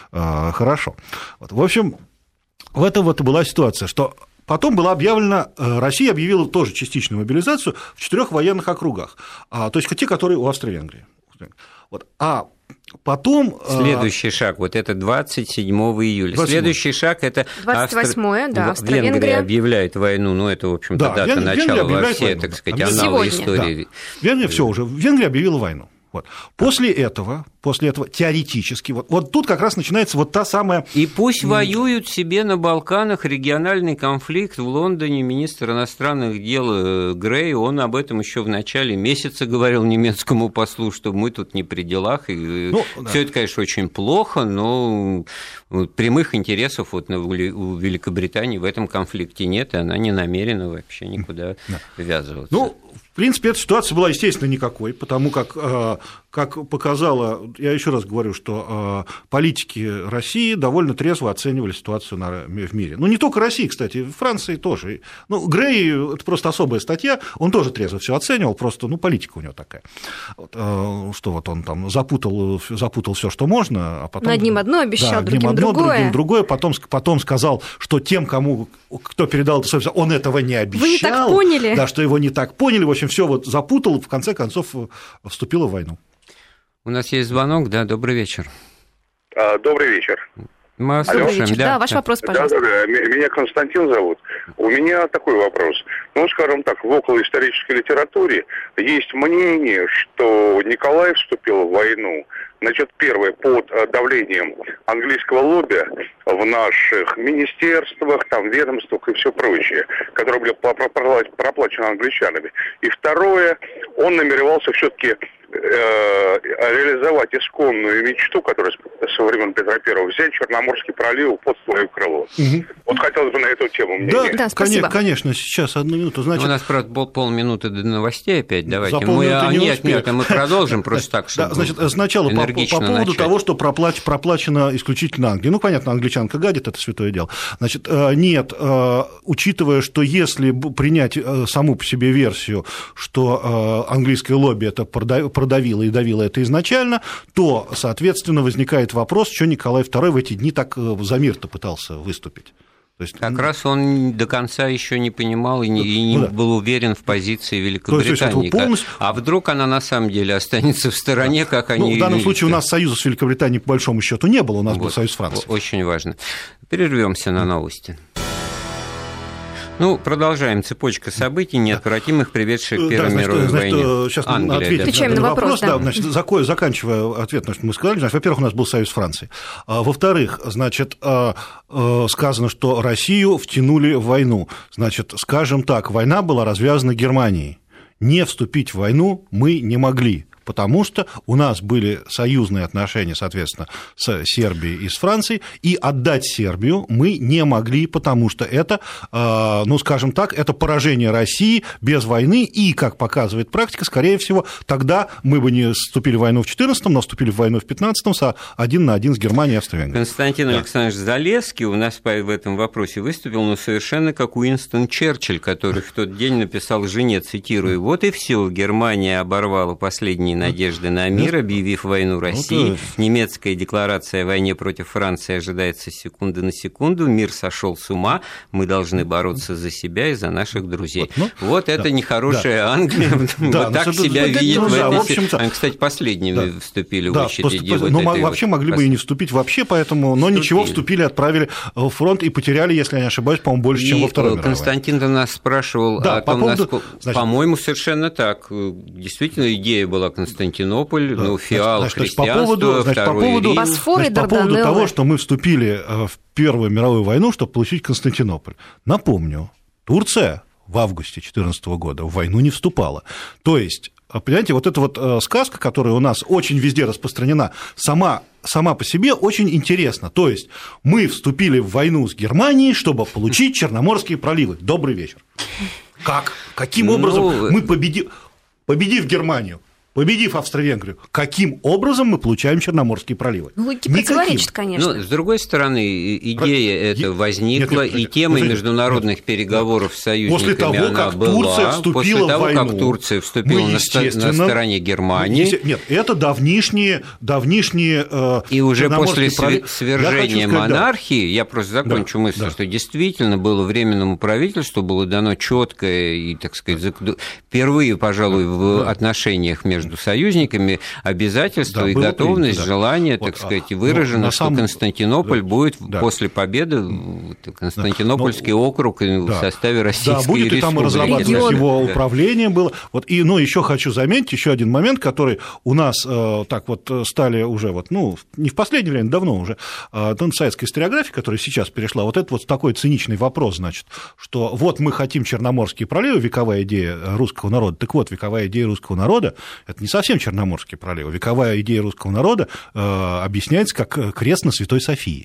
хорошо. Вот, в общем, в этом вот и была ситуация, что потом была объявлена, Россия объявила тоже частичную мобилизацию в четырех военных округах, то есть те, которые у Австро-Венгрии. Вот. А потом... Следующий шаг, вот это двадцать седьмого июля. двадцать седьмого. Следующий шаг – это двадцать восьмое, Австро... да, Австро-Венгрия. Венгрия объявляет войну, ну, это, в общем-то, да, дата Вен... начала во все, войну, так сказать, анналы истории. Да. Венгрия, все уже, Венгрия объявила войну. Вот. После этого, после этого теоретически, вот, вот тут как раз начинается вот та самая... И пусть воюют себе на Балканах, региональный конфликт в Лондоне, министр иностранных дел Грей, он об этом еще в начале месяца говорил немецкому послу, что мы тут не при делах, и ну, да. все это, конечно, очень плохо, но прямых интересов вот у Великобритании в этом конфликте нет, и она не намерена вообще никуда да. ввязываться. Ну, в принципе, эта ситуация была, естественно, никакой, потому как, как показала, я еще раз говорю, что политики России довольно трезво оценивали ситуацию в мире. Ну, не только России, кстати, в Франции тоже. Ну, Грей – это просто особая статья, он тоже трезво все оценивал, просто, ну, политика у него такая. Вот, что вот он там запутал, запутал все, что можно, а потом… Но одним одно обещал, да, другим одно, другое. другим другое, потом, потом сказал, что тем, кому, кто передал это, собственно, он этого не обещал. Вы не так поняли. Да, что его не так поняли, в общем, все вот запутал, в конце концов вступила в войну. У нас есть звонок, да, добрый вечер. Добрый вечер. Мы слушаем, да. Да, ваш вопрос, пожалуйста. Да, да, да. Меня Константин зовут. У меня такой вопрос. Ну, скажем так, в околоисторической литературе есть мнение, что Николай вступил в войну, значит, первое, под давлением английского лобби в наших министерствах, там, ведомствах и все прочее, которое было проплачено англичанами. И второе, он намеревался все-таки реализовать исконную мечту, которая со времен Петра Первого, взять Черноморский пролив под свое крыло. Угу. Вот хотелось бы на эту тему мнение. Да, да, конечно, конечно, сейчас одну минуту. Значит... У нас, правда, полминуты до новостей опять, давайте. Мы... А, не нет, нет, мы продолжим просто так, чтобы да, значит, сначала по, по поводу начать. того, что проплач, проплачено исключительно Англии. Ну, понятно, англичанка гадит, это святое дело. Значит, нет, учитывая, что если принять саму по себе версию, что английское лобби это продавило и давило это изначально, то, соответственно, возникает вопрос, что Николай второй в эти дни так за мир-то пытался выступить. То есть, как раз он до конца еще не понимал и не, и не ну, да. был уверен в позиции Великобритании. Есть, полностью... А вдруг она на самом деле останется в стороне, как ну, они... В данном случае у нас союза с Великобританией по большому счету не было, у нас вот, был союз с Францией. Очень важно. Прервемся на новости. Ну, продолжаем. Цепочка событий неотвратимых, приведших к Первой да, значит, мировой значит, войне. Сейчас Англия, ответим да. Отвечаем на, на вопрос. Да. Да, значит, заканчивая ответ на что мы сказали, значит, во-первых, у нас был союз с Францией. Во-вторых, значит, сказано, что Россию втянули в войну. Значит, скажем так, война была развязана Германией. Не вступить в войну мы не могли. Потому что у нас были союзные отношения, соответственно, с Сербией и с Францией, и отдать Сербию мы не могли, потому что это, ну, скажем так, это поражение России без войны, и, как показывает практика, скорее всего, тогда мы бы не вступили в войну в четырнадцатом, но вступили в войну в пятнадцатом один на один с Германией и Австро-Венгрией. Константин да. Александрович Залесский у нас в этом вопросе выступил, но совершенно как Уинстон Черчилль, который в тот день написал жене, цитирую, «Вот и все, Германия оборвала последние надежды на мир, объявив войну России. Ну, немецкая декларация о войне против Франции ожидается с секунды на секунду. Мир сошел с ума. Мы должны бороться за себя и за наших друзей». Вот, ну, вот это да, нехорошая да. Англия. Да, вот так ну, себя ну, видит. Ну, в да, этой... в общем-то... Они, кстати, последними да. вступили да, в очереди. Да, вот но вообще вот могли бы и не вступить вообще, поэтому, но вступили. Ничего, вступили, отправили в фронт и потеряли, если я не ошибаюсь, по-моему, больше, и чем во Второй мировой. Константин нас спрашивал да, о том, по поводу... насколько... Значит... По-моему, совершенно так. Действительно, идея была Константинополь, да. ну, фиал, значит, христианство, по поводу, значит, по поводу, значит, по поводу того, что мы вступили в Первую мировую войну, чтобы получить Константинополь. Напомню, Турция в августе две тысячи четырнадцатого года в войну не вступала. То есть, понимаете, вот эта вот сказка, которая у нас очень везде распространена, сама, сама по себе очень интересна. То есть, мы вступили в войну с Германией, чтобы получить Черноморские проливы. Добрый вечер. Как? Каким образом ну... мы победим, победив Германию? Победив Австро-Венгрию, каким образом мы получаем Черноморские проливы? Логике противоречит, конечно. Ну, с другой стороны, идея эта возникла, нет, нет, и темой нет, международных нет, переговоров с союзниками после того, она как была. Турция вступила после того, в войну, как Турция вступила на, на стороне Германии. Нет, это давнишние, давнишние и уже после проливы. свержения я сказать, монархии, да. я просто закончу да, мысль, да. что действительно было временному правительству было дано четкое и, так сказать, впервые, пожалуй, в да. отношениях между между союзниками обязательства да, и готовность, принято, желание, да. так вот, сказать, выражено, что самом... Константинополь да, будет да. после победы, Константинопольский да, но... округ да. в составе Российской Республики. Да, будет и там разрабатывать его да. управление было. Вот, и, ну, еще хочу заметить, еще один момент, который у нас э, так вот стали уже, вот, ну, не в последнее время, давно уже, э, советская историография, которая сейчас перешла, вот это вот такой циничный вопрос, значит, что вот мы хотим Черноморские проливы, вековая идея русского народа, так вот, вековая идея русского народа это не совсем Черноморские проливы. Вековая идея русского народа э, объясняется как крест на Святой Софии.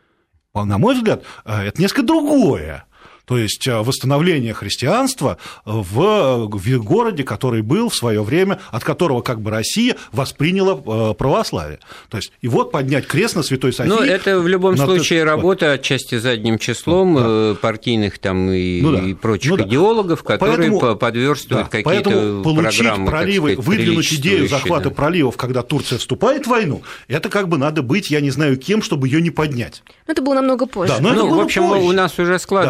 На мой взгляд, это несколько другое. То есть восстановление христианства в, в городе, который был в свое время, от которого как бы Россия восприняла православие. То есть и вот поднять крест на Святой Софии. Ну, это в любом на... случае работа вот. Отчасти задним числом да. партийных там и, ну, да. и прочих ну, да. идеологов, которые поэтому, подверстывают да. какие-то поэтому получить программы, проливы, сказать, выдвинуть идею захвата да. проливов, когда Турция вступает в войну, это как бы надо быть, я не знаю кем, чтобы ее не поднять. Но это было намного позже. Да, но ну, это было в общем, позже. У нас уже складывается да.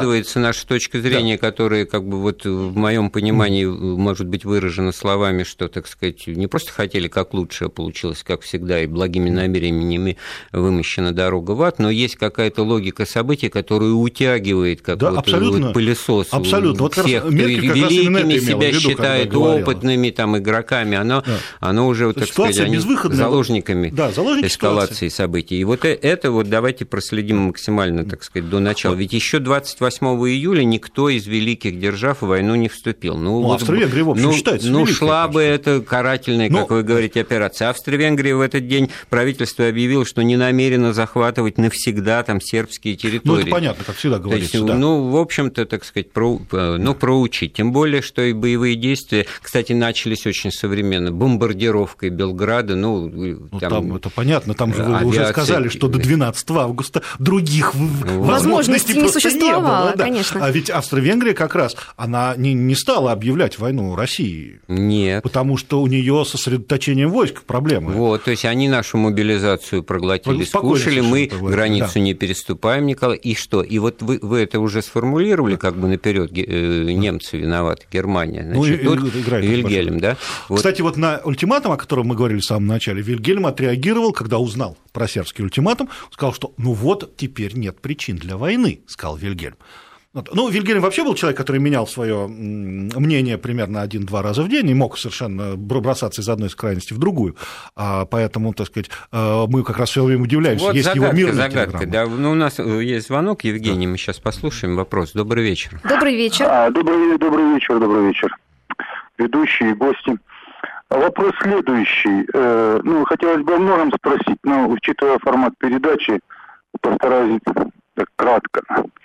наша точка зрения, да. которая, как бы, вот в моем понимании, может быть выражена словами, что, так сказать, не просто хотели как лучше, а получилось, как всегда, и благими намерениями вымощена дорога в ад, но есть какая-то логика событий, которая утягивает, как да, вот, вот пылесос абсолютно. всех, вот кто великими себя виду, считает, опытными там, игроками, оно, да. оно уже, так сказать, они заложниками, да, эскалации событий. И вот это вот давайте проследим максимально, так сказать, до начала. Ведь еще двадцать восьмого июля никто из великих держав в войну не вступил. Ну, ну вот, Австро-Венгрия, в общем, ну, считается Ну, великой, шла бы эта карательная, но... как вы говорите, операция. Австро-Венгрия в этот день правительство объявило, что не намерено захватывать навсегда там сербские территории. Ну, это понятно, как всегда говорится. есть, да. Ну, в общем-то, так сказать, про, ну, проучить. Тем более, что и боевые действия, кстати, начались очень современно. Бомбардировкой Белграда, ну, ну там... там это понятно, там же вы авиация... уже сказали, что до двенадцатого августа других возможностей не существовало, не было, да. конечно. А ведь Австро-Венгрия как раз, она не, не стала объявлять войну России. Нет. Потому что у нее со сосредоточением войск проблемы. Вот, то есть они нашу мобилизацию проглотили, скушали, мы границу да. не переступаем, Николай. И что? И вот вы, вы это уже сформулировали, как бы наперед, немцы виноваты, Германия. Значит, ну, тут Вильгельм, да? Вот. Кстати, вот на ультиматум, о котором мы говорили в самом начале, Вильгельм отреагировал, когда узнал про сербский ультиматум, сказал, что ну вот теперь нет причин для войны, сказал Вильгельм. Ну, Вильгельм вообще был человек, который менял свое мнение примерно один-два раза в день и мог совершенно бросаться из одной крайности в другую. Поэтому, так сказать, мы как раз все время удивляемся, вот есть загадка, его мирная загадка, телеграмма. Да. Ну, у нас есть звонок, Евгений, да. мы сейчас послушаем вопрос. Добрый вечер. Добрый вечер. А, добрый, добрый вечер, добрый вечер. Ведущие, гости. Вопрос следующий. Э, ну, хотелось бы о многом спросить, но, учитывая формат передачи, постараюсь так кратко.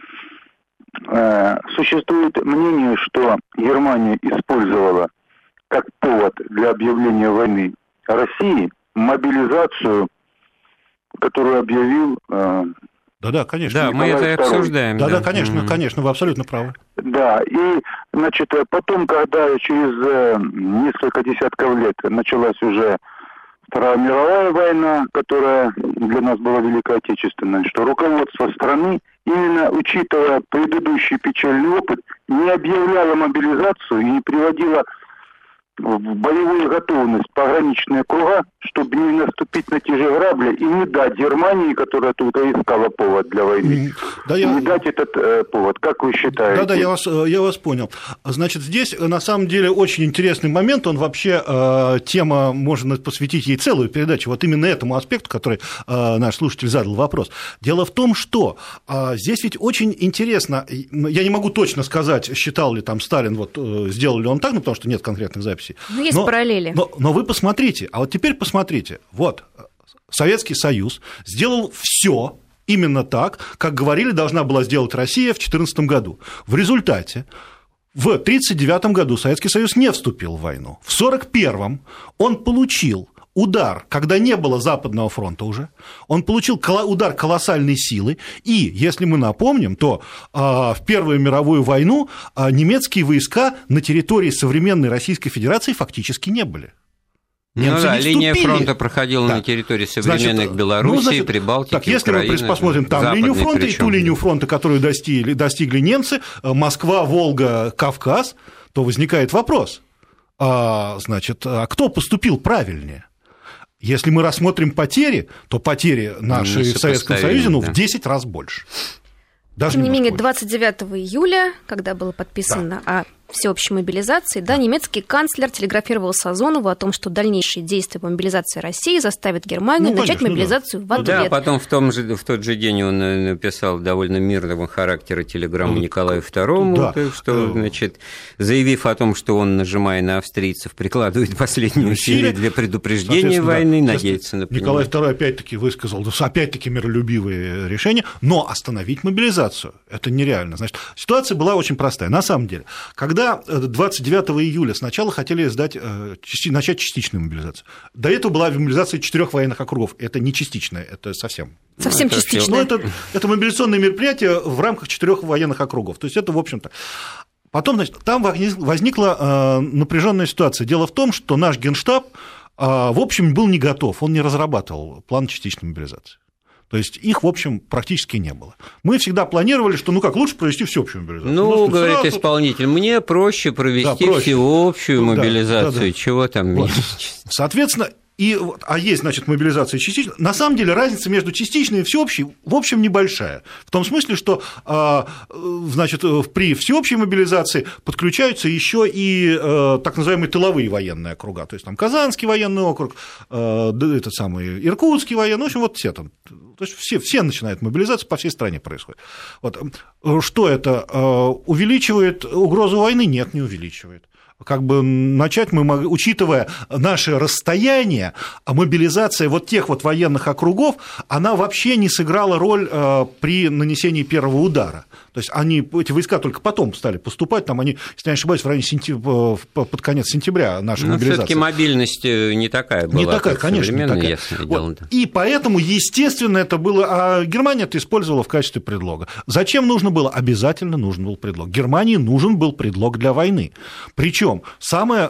Существует мнение, что Германия использовала как повод для объявления войны России мобилизацию, которую объявил э, Да-да, конечно. Да, Николай мы это второй. обсуждаем. Да-да, да. конечно, Mm-hmm. конечно, вы абсолютно правы. Да, и, значит, потом, когда через э, несколько десятков лет началась уже Вторая мировая война, которая для нас была Великой Отечественной, что руководство страны, именно учитывая предыдущий печальный опыт, не объявляло мобилизацию и не приводило в боевую готовность пограничные круга, чтобы не наступить на те же грабли и не дать Германии, которая только искала повод для войны, да, не я... дать этот э, повод. Как вы считаете? Да-да, я вас, я вас понял. Значит, здесь на самом деле очень интересный момент, он вообще, э, тема, можно посвятить ей целую передачу, вот именно этому аспекту, который э, наш слушатель задал вопрос. Дело в том, что э, здесь ведь очень интересно, я не могу точно сказать, считал ли там Сталин, вот, э, сделал ли он так, ну, потому что нет конкретных записей. Ну, есть но, параллели. Но, но вы посмотрите, а вот теперь посмотрите, вот, Советский Союз сделал все именно так, как говорили, должна была сделать Россия в две тысячи четырнадцатом году. В результате в тысяча девятьсот тридцать девятом году Советский Союз не вступил в войну. В сорок первом он получил удар, когда не было Западного фронта уже, он получил удар колоссальной силы, и, если мы напомним, то э, в Первую мировую войну э, немецкие войска на территории современной Российской Федерации фактически не были. Немцы ну да, линия фронта проходила да. на территории современной значит, Белоруссии, ну, значит, Прибалтики, так, если Украины. мы посмотрим там Западной, линию фронта причем. И ту линию фронта, которую достигли, достигли немцы, Москва, Волга, Кавказ, то возникает вопрос, а, значит, а кто поступил правильнее? Если мы рассмотрим потери, то потери наши в Советском Союзе ну, да. в десять раз больше. Даже Тем не менее, больше. двадцать девятого июля, когда было подписано да. о всеобщей мобилизации, да, немецкий канцлер телеграфировал Сазонову о том, что дальнейшие действия по мобилизации России заставят Германию ну, начать конечно, мобилизацию да. в ответ. Да, потом в, том же, в тот же день он написал довольно мирного характера телеграмму Николаю второму, да. что, значит, заявив о том, что он, нажимая на австрийцев, прикладывает последние усилия для предупреждения войны, да, надеется на понимание. Николай второй опять-таки высказал, опять-таки миролюбивые решения, но остановить мобилизацию – это нереально. Значит, ситуация была очень простая. На самом деле, когда Когда двадцать девятого июля сначала хотели сдать, начать частичную мобилизацию. До этого была мобилизация четырех военных округов. Это не частичная, это совсем. Совсем ну, частичная. Это, это, это мобилизационное мероприятие в рамках четырех военных округов. То есть это, в общем-то. Потом, значит, там возникла напряженная ситуация. Дело в том, что наш Генштаб, в общем, был не готов, он не разрабатывал план частичной мобилизации. То есть их, в общем, практически не было. Мы всегда планировали, что, ну как, лучше провести всеобщую мобилизацию. Ну, ну говорит сразу... исполнитель, мне проще провести да, проще. всеобщую ну, мобилизацию, да, да, да. чего там... Вот. Соответственно, и, а есть, значит, мобилизация частичная. На самом деле разница между частичной и всеобщей, в общем, небольшая. В том смысле, что, значит, при всеобщей мобилизации подключаются еще и так называемые тыловые военные округа. То есть там Казанский военный округ, этот самый Иркутский военный, в общем, вот все там. То есть все, все начинают мобилизацию, по всей стране происходит. Вот. Что это? Увеличивает угрозу войны? Нет, не увеличивает. Как бы начать мы могли, учитывая наше расстояние, мобилизация вот тех вот военных округов, она вообще не сыграла роль при нанесении первого удара. То есть они, эти войска только потом стали поступать, там они, если я не ошибаюсь, в районе сентября, под конец сентября наша Но мобилизация. Все-таки мобильность не такая была. Не такая, конечно, не такая. Вот. Да. И поэтому, естественно, это было... А Германия это использовала в качестве предлога. Зачем нужно было? Обязательно нужен был предлог. Германии нужен был предлог для войны. Причем самая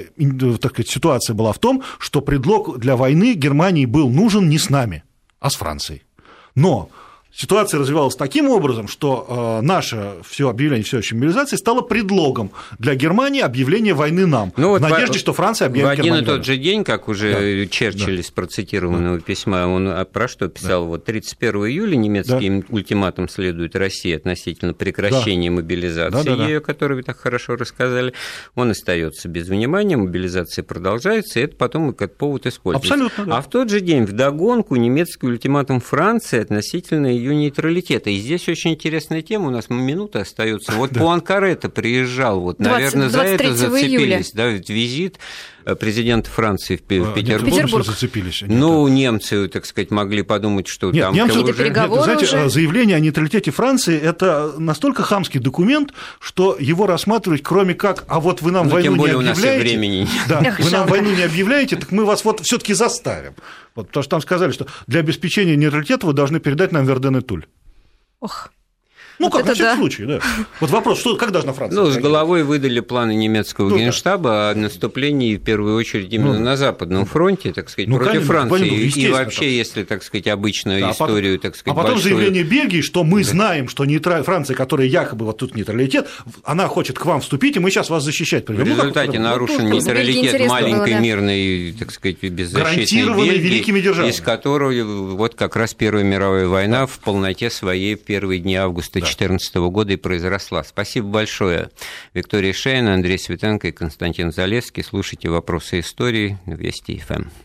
так сказать, ситуация была в том, что предлог для войны Германии был нужен не с нами, а с Францией. Но ситуация развивалась таким образом, что наше все объявление всеобщей мобилизации стало предлогом для Германии объявления войны нам, ну, вот в надежде, в, что Франция объявит Германию. В один и тот же день, как уже да. Черчилль из процитированного да. письма, он про что писал? Да. Вот тридцать первого июля немецкий да. ультиматум следует России относительно прекращения да. мобилизации, да, да, да. ее, которую вы так хорошо рассказали, он остается без внимания, мобилизация продолжается, и это потом как повод используется. Абсолютно, да. А в тот же день вдогонку немецкий ультиматум Франции относительно ее нейтралитета. И здесь очень интересная тема, у нас минута остается. Вот да. Пуанкаре-то приезжал, вот, наверное, за это зацепились. Да, визит президента Франции в Петербург. Петербург. Зацепились. Ну, немцы, так сказать, могли подумать, что нет, там... Немцы, уже... нет, знаете, уже... заявление о нейтралитете Франции – это настолько хамский документ, что его рассматривать, кроме как, а вот вы нам ну, войну не объявляете... времени. Да, вы нам войну не объявляете, так мы вас вот все таки заставим. Вот, потому что там сказали, что для обеспечения нейтралитета вы должны передать нам Верден и Туль. Ох. Ну, вот как, на всякий да. случай, да. Вот вопрос, что, как должна Франция? Ну, с головой выдали планы немецкого ну, Генштаба да. о наступлении, в первую очередь, именно ну, на Западном фронте, так сказать, ну, против конечно, Франции. И вообще, так. если, так сказать, обычную да, историю, так сказать, а потом большую... заявление Бельгии, что мы да. знаем, что нейтраль... Франция, которая якобы вот тут нейтралитет, она хочет к вам вступить, и мы сейчас вас защищать придем. В результате ну, нарушен вот, нейтралитет маленькой, было, да. мирной, так сказать, беззащитной Бельгии, из которой вот как раз Первая мировая война да. в полноте своей в первые дни августа две тысячи четырнадцатого года и произросла. Спасибо большое. Виктория Шейна, Андрей Светенко и Константин Залесский. Слушайте «Вопросы истории» на Вести эф эм.